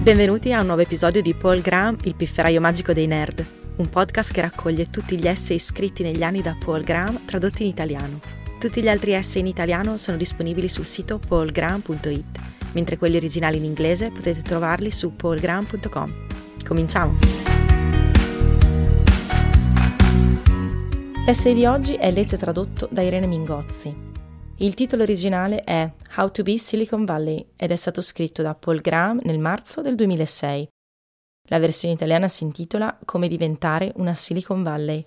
Benvenuti a un nuovo episodio di Paul Graham, il pifferaio magico dei nerd, un podcast che raccoglie tutti gli essay scritti negli anni da Paul Graham tradotti in italiano. Tutti gli altri essay in italiano sono disponibili sul sito paulgraham.it, mentre quelli originali in inglese potete trovarli su paulgraham.com. Cominciamo! L'essay di oggi è letto e tradotto da Irene Mingozzi. Il titolo originale è How to be Silicon Valley ed è stato scritto da Paul Graham nel marzo del 2006. La versione italiana si intitola Come diventare una Silicon Valley.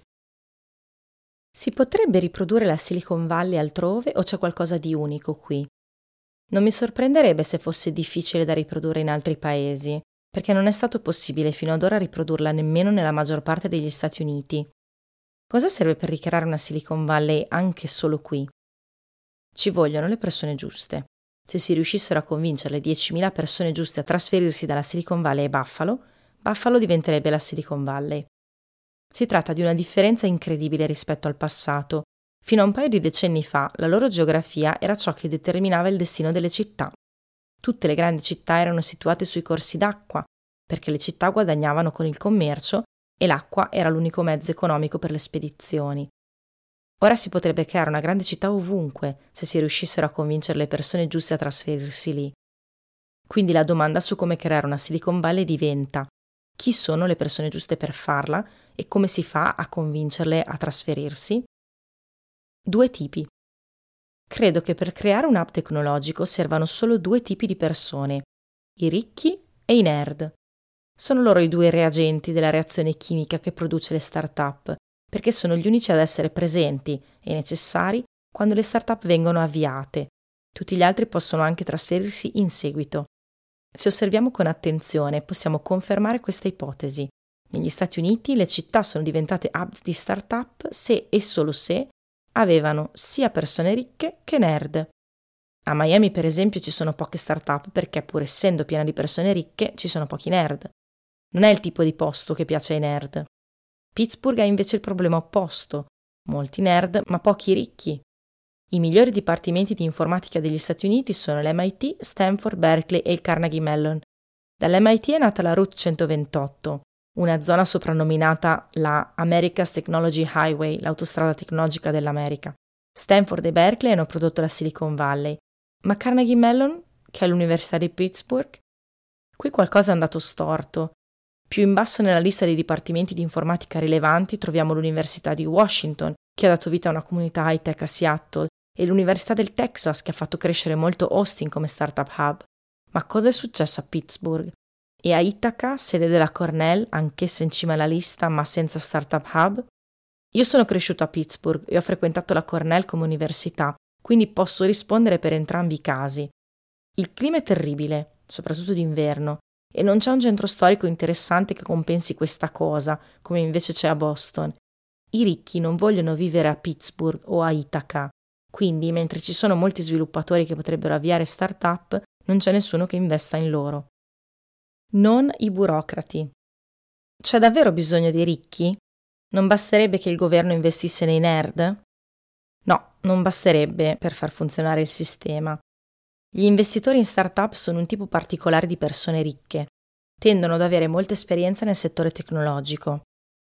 Si potrebbe riprodurre la Silicon Valley altrove o c'è qualcosa di unico qui? Non mi sorprenderebbe se fosse difficile da riprodurre in altri paesi, perché non è stato possibile fino ad ora riprodurla nemmeno nella maggior parte degli Stati Uniti. Cosa serve per ricreare una Silicon Valley anche solo qui? Ci vogliono le persone giuste. Se si riuscissero a convincere le 10.000 persone giuste a trasferirsi dalla Silicon Valley a Buffalo diventerebbe la Silicon Valley. Si tratta di una differenza incredibile rispetto al passato. Fino a un paio di decenni fa, la loro geografia era ciò che determinava il destino delle città. Tutte le grandi città erano situate sui corsi d'acqua, perché le città guadagnavano con il commercio e l'acqua era l'unico mezzo economico per le spedizioni. Ora si potrebbe creare una grande città ovunque se si riuscissero a convincere le persone giuste a trasferirsi lì. Quindi la domanda su come creare una Silicon Valley diventa: chi sono le persone giuste per farla e come si fa a convincerle a trasferirsi? Due tipi. Credo che per creare un hub tecnologico servano solo due tipi di persone: i ricchi e i nerd. Sono loro i due reagenti della reazione chimica che produce le start-up, perché sono gli unici ad essere presenti e necessari quando le start-up vengono avviate. Tutti gli altri possono anche trasferirsi in seguito. Se osserviamo con attenzione, possiamo confermare questa ipotesi. Negli Stati Uniti le città sono diventate hub di start-up se e solo se avevano sia persone ricche che nerd. A Miami, per esempio, ci sono poche start-up perché, pur essendo piena di persone ricche, ci sono pochi nerd. Non è il tipo di posto che piace ai nerd. Pittsburgh ha invece il problema opposto: molti nerd ma pochi ricchi. I migliori dipartimenti di informatica degli Stati Uniti sono l'MIT, Stanford, Berkeley e il Carnegie Mellon. Dall'MIT è nata la Route 128, una zona soprannominata la America's Technology Highway, l'autostrada tecnologica dell'America. Stanford e Berkeley hanno prodotto la Silicon Valley, ma Carnegie Mellon, che è l'Università di Pittsburgh, qui qualcosa è andato storto. Più in basso nella lista dei dipartimenti di informatica rilevanti troviamo l'Università di Washington, che ha dato vita a una comunità high-tech a Seattle, e l'Università del Texas, che ha fatto crescere molto Austin come startup hub. Ma cosa è successo a Pittsburgh? E a Ithaca, sede della Cornell, anch'essa in cima alla lista ma senza startup hub? Io sono cresciuto a Pittsburgh e ho frequentato la Cornell come università, quindi posso rispondere per entrambi i casi. Il clima è terribile, soprattutto d'inverno, e non c'è un centro storico interessante che compensi questa cosa, come invece c'è a Boston. I ricchi non vogliono vivere a Pittsburgh o a Ithaca, quindi mentre ci sono molti sviluppatori che potrebbero avviare start-up, non c'è nessuno che investa in loro. Non i burocrati. C'è davvero bisogno dei ricchi? Non basterebbe che il governo investisse nei nerd? No, non basterebbe per far funzionare il sistema. Gli investitori in start-up sono un tipo particolare di persone ricche. Tendono ad avere molta esperienza nel settore tecnologico.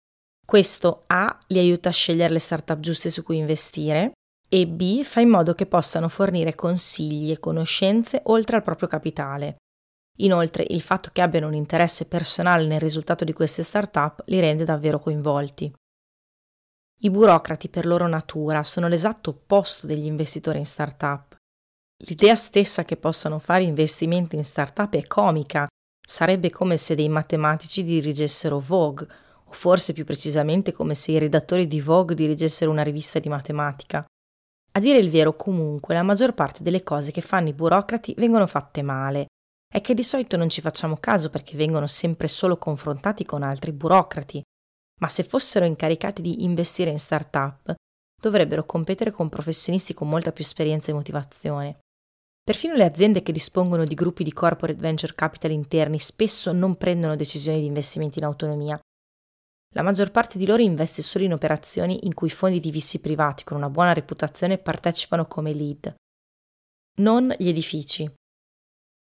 Questo A li aiuta a scegliere le start-up giuste su cui investire e B fa in modo che possano fornire consigli e conoscenze oltre al proprio capitale. Inoltre, il fatto che abbiano un interesse personale nel risultato di queste start-up li rende davvero coinvolti. I burocrati, per loro natura, sono l'esatto opposto degli investitori in start-up. L'idea stessa che possano fare investimenti in start-up è comica. Sarebbe come se dei matematici dirigessero Vogue, o forse più precisamente come se i redattori di Vogue dirigessero una rivista di matematica. A dire il vero, comunque, la maggior parte delle cose che fanno i burocrati vengono fatte male. È che di solito non ci facciamo caso perché vengono sempre solo confrontati con altri burocrati, ma se fossero incaricati di investire in start-up, dovrebbero competere con professionisti con molta più esperienza e motivazione. Perfino le aziende che dispongono di gruppi di corporate venture capital interni spesso non prendono decisioni di investimenti in autonomia. La maggior parte di loro investe solo in operazioni in cui fondi di VC privati con una buona reputazione partecipano come lead. Non gli edifici.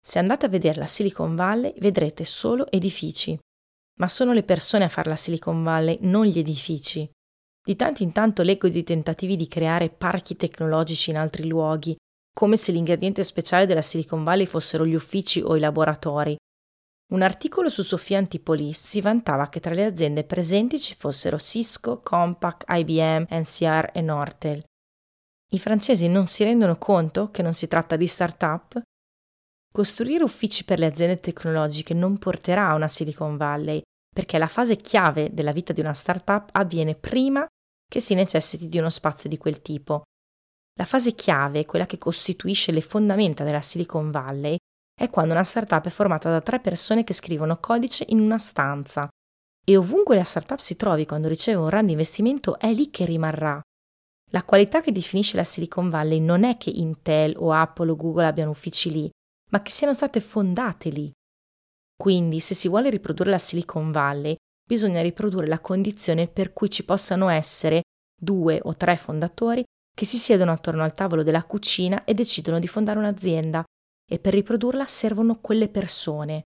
Se andate a vedere la Silicon Valley vedrete solo edifici, ma sono le persone a fare la Silicon Valley, non gli edifici. Di tanto in tanto leggo di tentativi di creare parchi tecnologici in altri luoghi, come se l'ingrediente speciale della Silicon Valley fossero gli uffici o i laboratori. Un articolo su Sofia Antipolis si vantava che tra le aziende presenti ci fossero Cisco, Compaq, IBM, NCR e Nortel. I francesi non si rendono conto che non si tratta di start-up? Costruire uffici per le aziende tecnologiche non porterà a una Silicon Valley, perché la fase chiave della vita di una start-up avviene prima che si necessiti di uno spazio di quel tipo. La fase chiave, quella che costituisce le fondamenta della Silicon Valley, è quando una startup è formata da 3 persone che scrivono codice in una stanza. E ovunque la startup si trovi quando riceve un round di investimento è lì che rimarrà. La qualità che definisce la Silicon Valley non è che Intel o Apple o Google abbiano uffici lì, ma che siano state fondate lì. Quindi, se si vuole riprodurre la Silicon Valley, bisogna riprodurre la condizione per cui ci possano essere 2 o 3 fondatori che si siedono attorno al tavolo della cucina e decidono di fondare un'azienda, e per riprodurla servono quelle persone.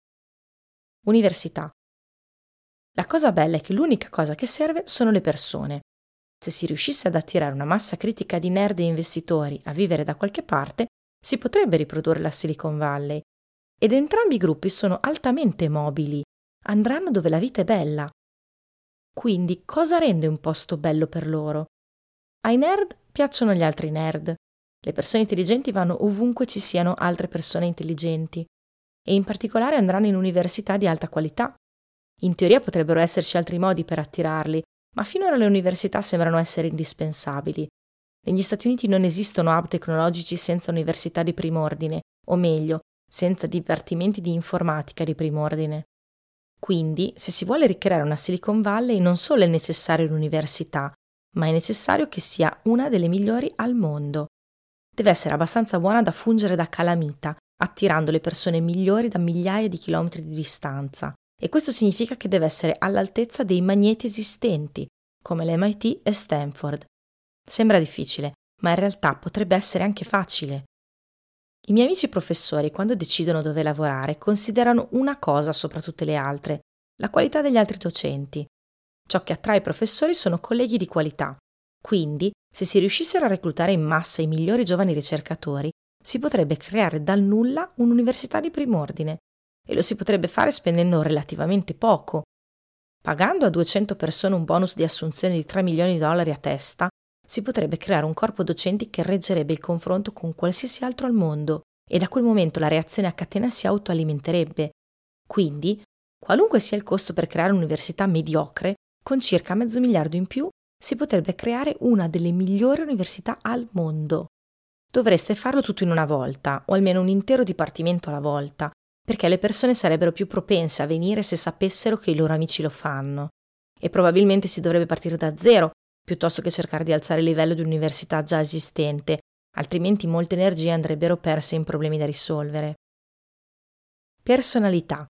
Università. La cosa bella è che l'unica cosa che serve sono le persone. Se si riuscisse ad attirare una massa critica di nerd e investitori a vivere da qualche parte, si potrebbe riprodurre la Silicon Valley. Ed entrambi i gruppi sono altamente mobili, andranno dove la vita è bella. Quindi cosa rende un posto bello per loro? Ai nerd piacciono gli altri nerd. Le persone intelligenti vanno ovunque ci siano altre persone intelligenti e in particolare andranno in università di alta qualità. In teoria potrebbero esserci altri modi per attirarli, ma finora le università sembrano essere indispensabili. Negli Stati Uniti non esistono hub tecnologici senza università di primo ordine, o meglio, senza dipartimenti di informatica di primo ordine. Quindi, se si vuole ricreare una Silicon Valley, non solo è necessaria un'università, ma è necessario che sia una delle migliori al mondo. Deve essere abbastanza buona da fungere da calamita, attirando le persone migliori da migliaia di chilometri di distanza. E questo significa che deve essere all'altezza dei magneti esistenti, come l'MIT e Stanford. Sembra difficile, ma in realtà potrebbe essere anche facile. I miei amici professori, quando decidono dove lavorare, considerano una cosa sopra tutte le altre: la qualità degli altri docenti. Ciò che attrae i professori sono colleghi di qualità. Quindi, se si riuscissero a reclutare in massa i migliori giovani ricercatori, si potrebbe creare dal nulla un'università di prim'ordine. E lo si potrebbe fare spendendo relativamente poco. Pagando a 200 persone un bonus di assunzione di $3 milioni a testa, si potrebbe creare un corpo docenti che reggerebbe il confronto con qualsiasi altro al mondo, e da quel momento la reazione a catena si autoalimenterebbe. Quindi, qualunque sia il costo per creare un'università mediocre, con circa $500 milioni in più, si potrebbe creare una delle migliori università al mondo. Dovreste farlo tutto in una volta, o almeno un intero dipartimento alla volta, perché le persone sarebbero più propense a venire se sapessero che i loro amici lo fanno. E probabilmente si dovrebbe partire da zero, piuttosto che cercare di alzare il livello di un'università già esistente, altrimenti molte energie andrebbero perse in problemi da risolvere. Personalità.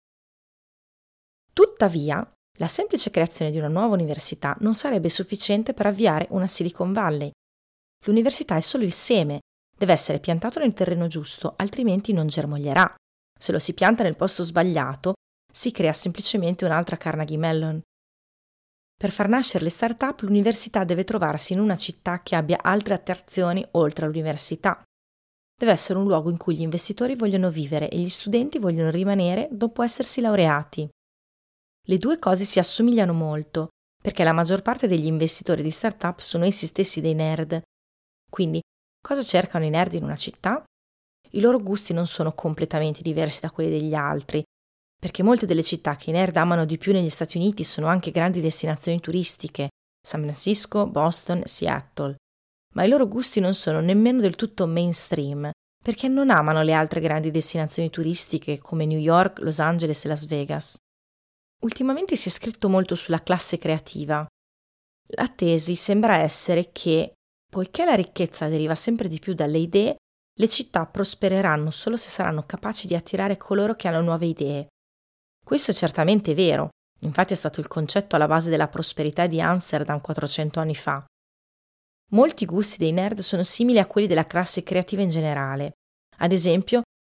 Tuttavia, la semplice creazione di una nuova università non sarebbe sufficiente per avviare una Silicon Valley. L'università è solo il seme, deve essere piantato nel terreno giusto, altrimenti non germoglierà. Se lo si pianta nel posto sbagliato, si crea semplicemente un'altra Carnegie Mellon. Per far nascere le start-up, l'università deve trovarsi in una città che abbia altre attrazioni oltre all'università. Deve essere un luogo in cui gli investitori vogliono vivere e gli studenti vogliono rimanere dopo essersi laureati. Le due cose si assomigliano molto, perché la maggior parte degli investitori di start-up sono essi stessi dei nerd. Quindi, cosa cercano i nerd in una città? I loro gusti non sono completamente diversi da quelli degli altri, perché molte delle città che i nerd amano di più negli Stati Uniti sono anche grandi destinazioni turistiche, San Francisco, Boston, Seattle. Ma i loro gusti non sono nemmeno del tutto mainstream, perché non amano le altre grandi destinazioni turistiche come New York, Los Angeles e Las Vegas. Ultimamente si è scritto molto sulla classe creativa. La tesi sembra essere che, poiché la ricchezza deriva sempre di più dalle idee, le città prospereranno solo se saranno capaci di attirare coloro che hanno nuove idee. Questo è certamente vero, infatti è stato il concetto alla base della prosperità di Amsterdam 400 anni fa. Molti gusti dei nerd sono simili a quelli della classe creativa in generale. Ad esempio,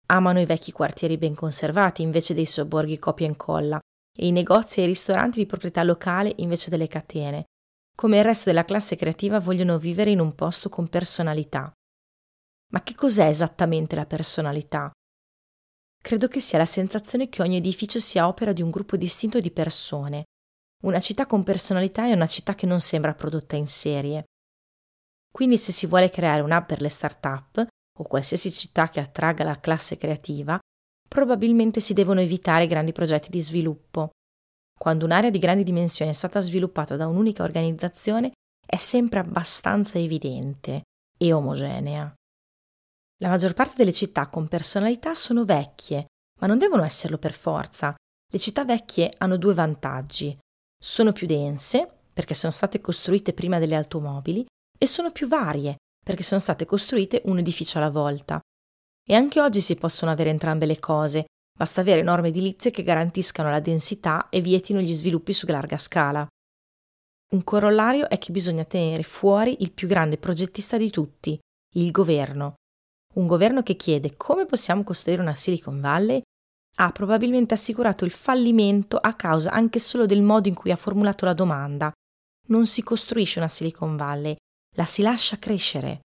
Amano i vecchi quartieri ben conservati invece dei sobborghi copia e incolla, e i negozi e i ristoranti di proprietà locale invece delle catene. Come il resto della classe creativa vogliono vivere in un posto con personalità. Ma che cos'è esattamente la personalità? Credo che sia la sensazione che ogni edificio sia opera di un gruppo distinto di persone. Una città con personalità è una città che non sembra prodotta in serie. Quindi se si vuole creare un hub per le start-up, o qualsiasi città che attragga la classe creativa, probabilmente si devono evitare grandi progetti di sviluppo. Quando un'area di grandi dimensioni è stata sviluppata da un'unica organizzazione, è sempre abbastanza evidente e omogenea. La maggior parte delle città con personalità sono vecchie, ma non devono esserlo per forza. Le città vecchie hanno 2 vantaggi. Sono più dense, perché sono state costruite prima delle automobili, e sono più varie, perché sono state costruite un edificio alla volta. E anche oggi si possono avere entrambe le cose, basta avere norme edilizie che garantiscano la densità e vietino gli sviluppi su larga scala. Un corollario è che bisogna tenere fuori il più grande progettista di tutti, il governo. Un governo che chiede come possiamo costruire una Silicon Valley ha probabilmente assicurato il fallimento a causa anche solo del modo in cui ha formulato la domanda. Non si costruisce una Silicon Valley, la si lascia crescere.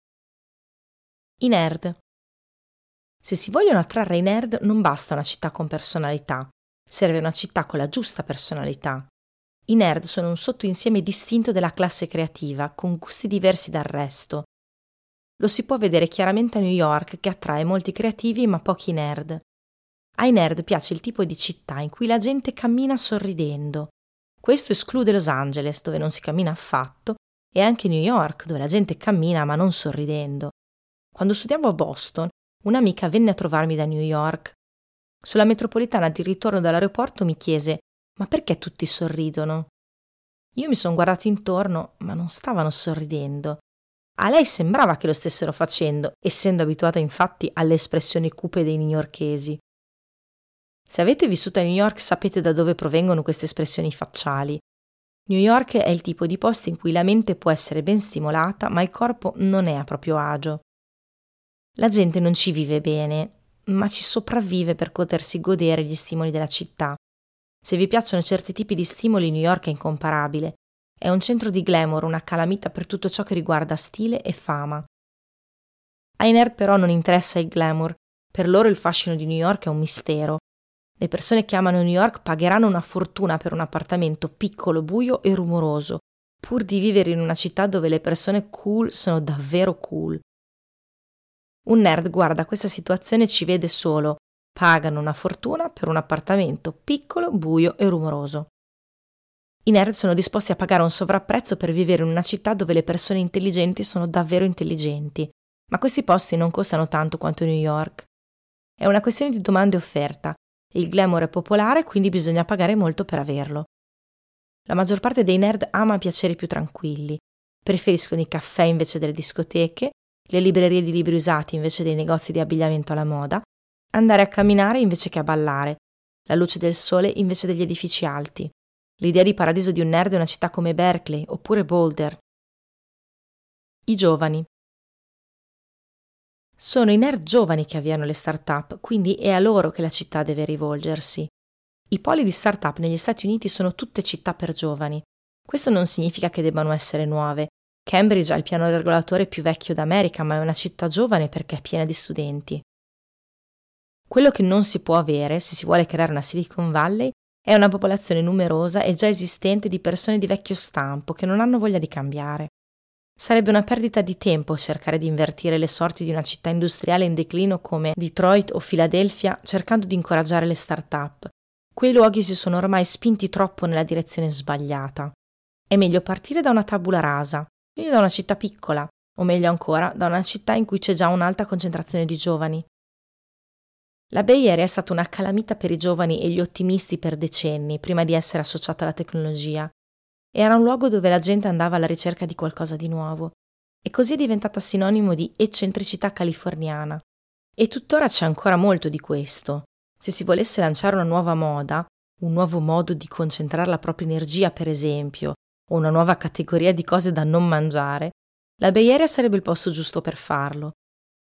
I nerd. Se si vogliono attrarre i nerd non basta una città con personalità, serve una città con la giusta personalità. I nerd sono un sottoinsieme distinto della classe creativa, con gusti diversi dal resto. Lo si può vedere chiaramente a New York, che attrae molti creativi ma pochi nerd. Ai nerd piace il tipo di città in cui la gente cammina sorridendo. Questo esclude Los Angeles, dove non si cammina affatto, e anche New York, dove la gente cammina ma non sorridendo. Quando studiavo a Boston, un'amica venne a trovarmi da New York. Sulla metropolitana di ritorno dall'aeroporto mi chiese: ma perché tutti sorridono? Io mi sono guardato intorno, ma non stavano sorridendo. A lei sembrava che lo stessero facendo, essendo abituata infatti alle espressioni cupe dei newyorkesi. Se avete vissuto a New York sapete da dove provengono queste espressioni facciali. New York è il tipo di posto in cui la mente può essere ben stimolata, ma il corpo non è a proprio agio. La gente non ci vive bene, ma ci sopravvive per potersi godere gli stimoli della città. Se vi piacciono certi tipi di stimoli, New York è incomparabile. È un centro di glamour, una calamita per tutto ciò che riguarda stile e fama. Ai nerd però non interessa il glamour, per loro il fascino di New York è un mistero. Le persone che amano New York pagheranno una fortuna per un appartamento piccolo, buio e rumoroso, pur di vivere in una città dove le persone cool sono davvero cool. Un nerd guarda questa situazione e ci vede solo: pagano una fortuna per un appartamento piccolo, buio e rumoroso. I nerd sono disposti a pagare un sovrapprezzo per vivere in una città dove le persone intelligenti sono davvero intelligenti, ma questi posti non costano tanto quanto New York. È una questione di domanda e offerta. Il glamour è popolare, quindi bisogna pagare molto per averlo. La maggior parte dei nerd ama piaceri più tranquilli. Preferiscono i caffè invece delle discoteche, le librerie di libri usati invece dei negozi di abbigliamento alla moda, andare a camminare invece che a ballare, la luce del sole invece degli edifici alti. L'idea di paradiso di un nerd è una città come Berkeley oppure Boulder. I giovani. Sono i nerd giovani che avviano le start-up, quindi è a loro che la città deve rivolgersi. I poli di start-up negli Stati Uniti sono tutte città per giovani. Questo non significa che debbano essere nuove. Cambridge ha il piano regolatore più vecchio d'America, ma è una città giovane perché è piena di studenti. Quello che non si può avere, se si vuole creare una Silicon Valley, è una popolazione numerosa e già esistente di persone di vecchio stampo che non hanno voglia di cambiare. Sarebbe una perdita di tempo cercare di invertire le sorti di una città industriale in declino come Detroit o Filadelfia cercando di incoraggiare le start-up. Quei luoghi si sono ormai spinti troppo nella direzione sbagliata. È meglio partire da una tabula rasa, quindi da una città piccola, o meglio ancora da una città in cui c'è già un'alta concentrazione di giovani. La Bay Area è stata una calamita per i giovani e gli ottimisti per decenni, prima di essere associata alla tecnologia. Era un luogo dove la gente andava alla ricerca di qualcosa di nuovo, e così è diventata sinonimo di eccentricità californiana. E tuttora c'è ancora molto di questo. Se si volesse lanciare una nuova moda, un nuovo modo di concentrare la propria energia, per esempio, o una nuova categoria di cose da non mangiare, la Bay Area sarebbe il posto giusto per farlo.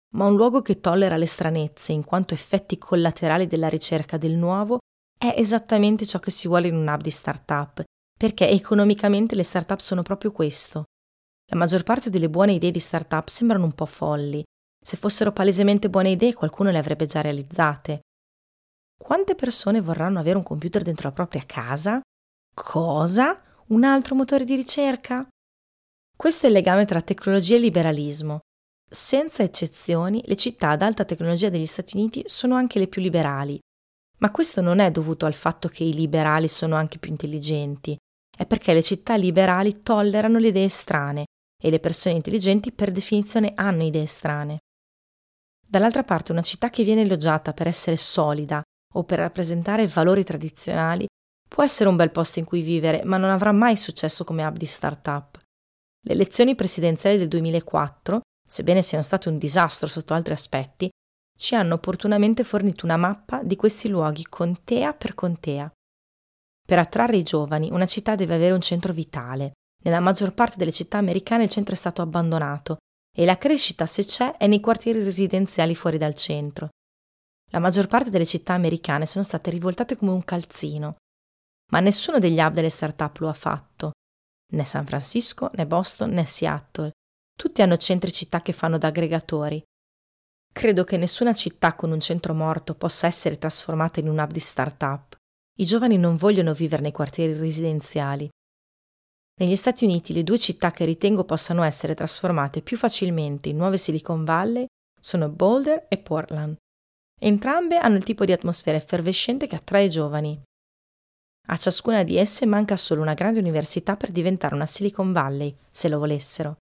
ma un luogo che tollera le stranezze in quanto effetti collaterali della ricerca del nuovo è esattamente ciò che si vuole in un hub di startup, perché economicamente le startup sono proprio questo. La maggior parte delle buone idee di startup sembrano un po' folli. Se fossero palesemente buone idee, qualcuno le avrebbe già realizzate. Quante persone vorranno avere un computer dentro la propria casa? Cosa? Un altro motore di ricerca? Questo è il legame tra tecnologia e liberalismo. Senza eccezioni, le città ad alta tecnologia degli Stati Uniti sono anche le più liberali. Ma questo non è dovuto al fatto che i liberali sono anche più intelligenti, è perché le città liberali tollerano le idee strane e le persone intelligenti per definizione hanno idee strane. Dall'altra parte, una città che viene elogiata per essere solida o per rappresentare valori tradizionali può essere un bel posto in cui vivere, ma non avrà mai successo come hub di startup. Le elezioni presidenziali del 2004, sebbene siano state un disastro sotto altri aspetti, ci hanno opportunamente fornito una mappa di questi luoghi contea per contea. Per attrarre i giovani, una città deve avere un centro vitale. Nella maggior parte delle città americane il centro è stato abbandonato e la crescita, se c'è, è nei quartieri residenziali fuori dal centro. La maggior parte delle città americane sono state rivoltate come un calzino, ma nessuno degli hub delle start-up lo ha fatto. Né San Francisco, né Boston, né Seattle. Tutti hanno centri città che fanno da aggregatori. Credo che nessuna città con un centro morto possa essere trasformata in un hub di start-up. I giovani non vogliono vivere nei quartieri residenziali. Negli Stati Uniti le due città che ritengo possano essere trasformate più facilmente in nuove Silicon Valley sono Boulder e Portland. Entrambe hanno il tipo di atmosfera effervescente che attrae i giovani. A ciascuna di esse manca solo una grande università per diventare una Silicon Valley, se lo volessero.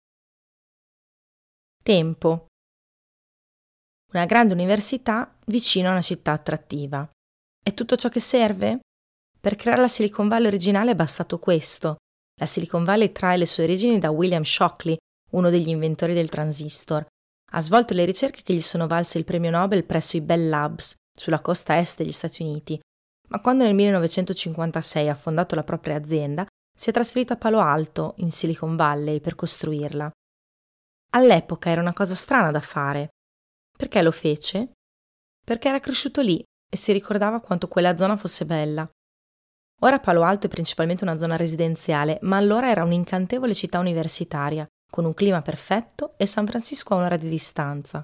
Tempo. Una grande università vicino a una città attrattiva. È tutto ciò che serve? Per creare la Silicon Valley originale è bastato questo. La Silicon Valley trae le sue origini da William Shockley, uno degli inventori del transistor. Ha svolto le ricerche che gli sono valse il premio Nobel presso i Bell Labs, sulla costa est degli Stati Uniti, ma quando nel 1956 ha fondato la propria azienda, si è trasferito a Palo Alto, in Silicon Valley, per costruirla. All'epoca era una cosa strana da fare. Perché lo fece? Perché era cresciuto lì e si ricordava quanto quella zona fosse bella. Ora Palo Alto è principalmente una zona residenziale, ma allora era un'incantevole città universitaria, con un clima perfetto e San Francisco a un'ora di distanza.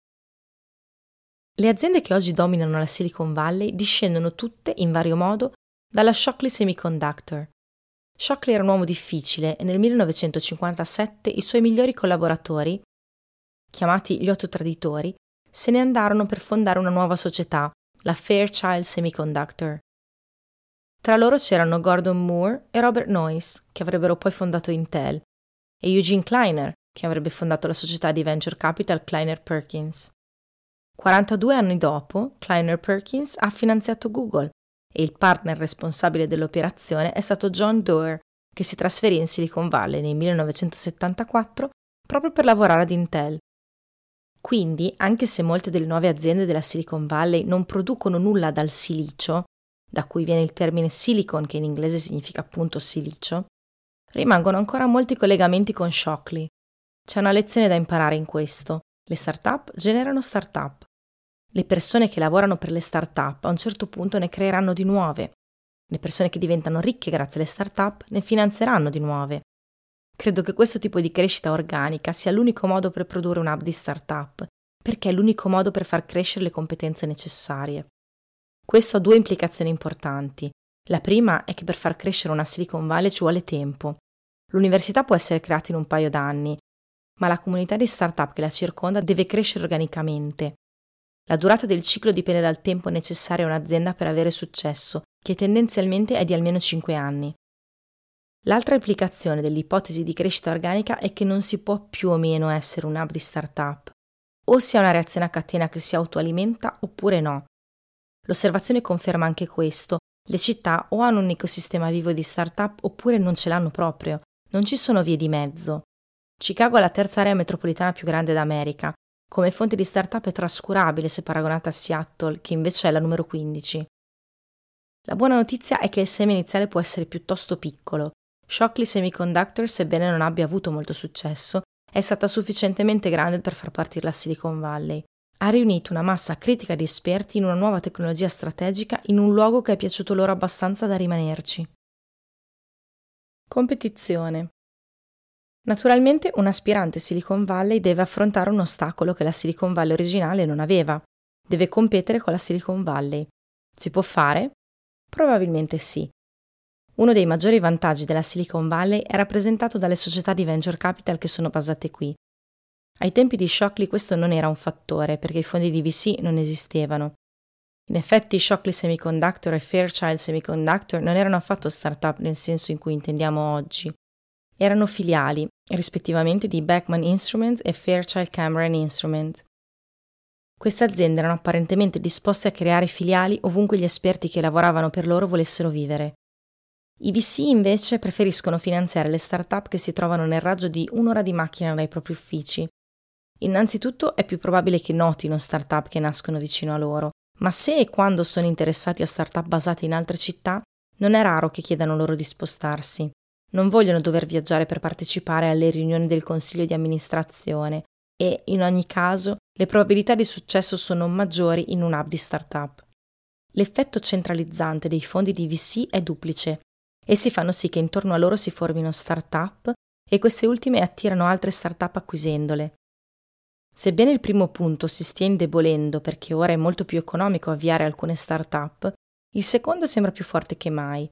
Le aziende che oggi dominano la Silicon Valley discendono tutte, in vario modo, dalla Shockley Semiconductor. Shockley era un uomo difficile e nel 1957 i suoi migliori collaboratori, chiamati gli 8 traditori, se ne andarono per fondare una nuova società, la Fairchild Semiconductor. Tra loro c'erano Gordon Moore e Robert Noyce, che avrebbero poi fondato Intel, e Eugene Kleiner, che avrebbe fondato la società di venture capital Kleiner Perkins. 42 anni dopo, Kleiner Perkins ha finanziato Google e il partner responsabile dell'operazione è stato John Doerr, che si trasferì in Silicon Valley nel 1974 proprio per lavorare ad Intel. Quindi, anche se molte delle nuove aziende della Silicon Valley non producono nulla dal silicio, da cui viene il termine silicon, che in inglese significa appunto silicio, rimangono ancora molti collegamenti con Shockley. C'è una lezione da imparare in questo. Le start-up generano start-up. Le persone che lavorano per le start-up a un certo punto ne creeranno di nuove. Le persone che diventano ricche grazie alle start-up ne finanzieranno di nuove. Credo che questo tipo di crescita organica sia l'unico modo per produrre un hub di start-up, perché è l'unico modo per far crescere le competenze necessarie. Questo ha due implicazioni importanti. La prima è che per far crescere una Silicon Valley ci vuole tempo. L'università può essere creata in un paio d'anni, ma la comunità di start-up che la circonda deve crescere organicamente. La durata del ciclo dipende dal tempo necessario a un'azienda per avere successo, che tendenzialmente è di almeno 5 anni. L'altra implicazione dell'ipotesi di crescita organica è che non si può più o meno essere un hub di start-up. O si ha una reazione a catena che si autoalimenta oppure no. L'osservazione conferma anche questo. Le città o hanno un ecosistema vivo di start-up oppure non ce l'hanno proprio. Non ci sono vie di mezzo. Chicago è la terza area metropolitana più grande d'America. Come fonte di start-up è trascurabile se paragonata a Seattle, che invece è la numero 15. La buona notizia è che il seme iniziale può essere piuttosto piccolo. Shockley Semiconductor, sebbene non abbia avuto molto successo, è stata sufficientemente grande per far partire la Silicon Valley. Ha riunito una massa critica di esperti in una nuova tecnologia strategica in un luogo che è piaciuto loro abbastanza da rimanerci. Competizione. Naturalmente un aspirante Silicon Valley deve affrontare un ostacolo che la Silicon Valley originale non aveva. Deve competere con la Silicon Valley. Si può fare? Probabilmente sì. Uno dei maggiori vantaggi della Silicon Valley è rappresentato dalle società di venture capital che sono basate qui. Ai tempi di Shockley questo non era un fattore perché i fondi di VC non esistevano. In effetti Shockley Semiconductor e Fairchild Semiconductor non erano affatto start-up nel senso in cui intendiamo oggi. Erano filiali, rispettivamente di Beckman Instruments e Fairchild Cameron Instruments. Queste aziende erano apparentemente disposte a creare filiali ovunque gli esperti che lavoravano per loro volessero vivere. I VC invece preferiscono finanziare le start-up che si trovano nel raggio di un'ora di macchina dai propri uffici. Innanzitutto è più probabile che notino start-up che nascono vicino a loro, ma se e quando sono interessati a start-up basate in altre città, non è raro che chiedano loro di spostarsi. Non vogliono dover viaggiare per partecipare alle riunioni del consiglio di amministrazione e, in ogni caso, le probabilità di successo sono maggiori in un hub di start-up. L'effetto centralizzante dei fondi di VC è duplice. Essi fanno sì che intorno a loro si formino start-up e queste ultime attirano altre start-up acquisendole. Sebbene il primo punto si stia indebolendo perché ora è molto più economico avviare alcune start-up, il secondo sembra più forte che mai.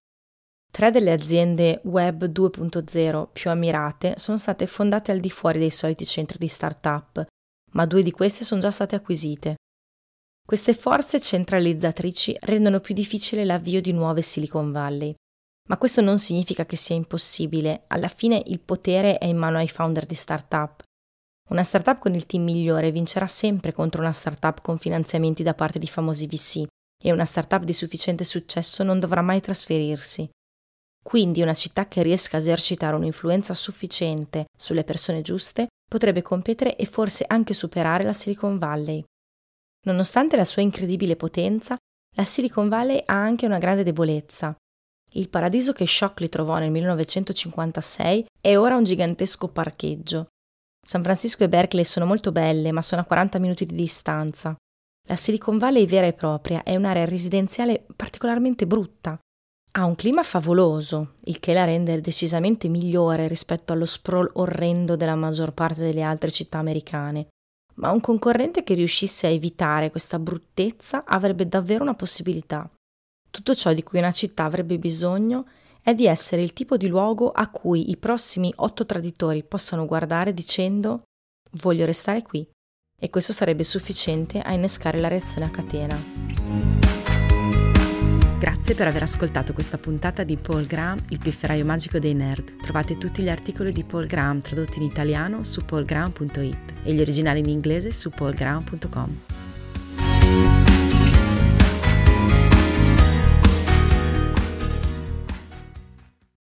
3 delle aziende Web 2.0 più ammirate sono state fondate al di fuori dei soliti centri di start-up, ma 2 di queste sono già state acquisite. Queste forze centralizzatrici rendono più difficile l'avvio di nuove Silicon Valley. Ma questo non significa che sia impossibile, alla fine il potere è in mano ai founder di start-up. Una startup con il team migliore vincerà sempre contro una startup con finanziamenti da parte di famosi VC e una startup di sufficiente successo non dovrà mai trasferirsi. Quindi una città che riesca a esercitare un'influenza sufficiente sulle persone giuste potrebbe competere e forse anche superare la Silicon Valley. Nonostante la sua incredibile potenza, la Silicon Valley ha anche una grande debolezza. Il paradiso che Shockley trovò nel 1956 è ora un gigantesco parcheggio. San Francisco e Berkeley sono molto belle, ma sono a 40 minuti di distanza. La Silicon Valley vera e propria è un'area residenziale particolarmente brutta. Ha un clima favoloso, il che la rende decisamente migliore rispetto allo sprawl orrendo della maggior parte delle altre città americane. Ma un concorrente che riuscisse a evitare questa bruttezza avrebbe davvero una possibilità. Tutto ciò di cui una città avrebbe bisogno è di essere il tipo di luogo a cui i prossimi 8 traditori possano guardare dicendo «Voglio restare qui», e questo sarebbe sufficiente a innescare la reazione a catena. Grazie per aver ascoltato questa puntata di Paul Graham, il pifferaio magico dei nerd. Trovate tutti gli articoli di Paul Graham tradotti in italiano su paulgraham.it e gli originali in inglese su paulgraham.com.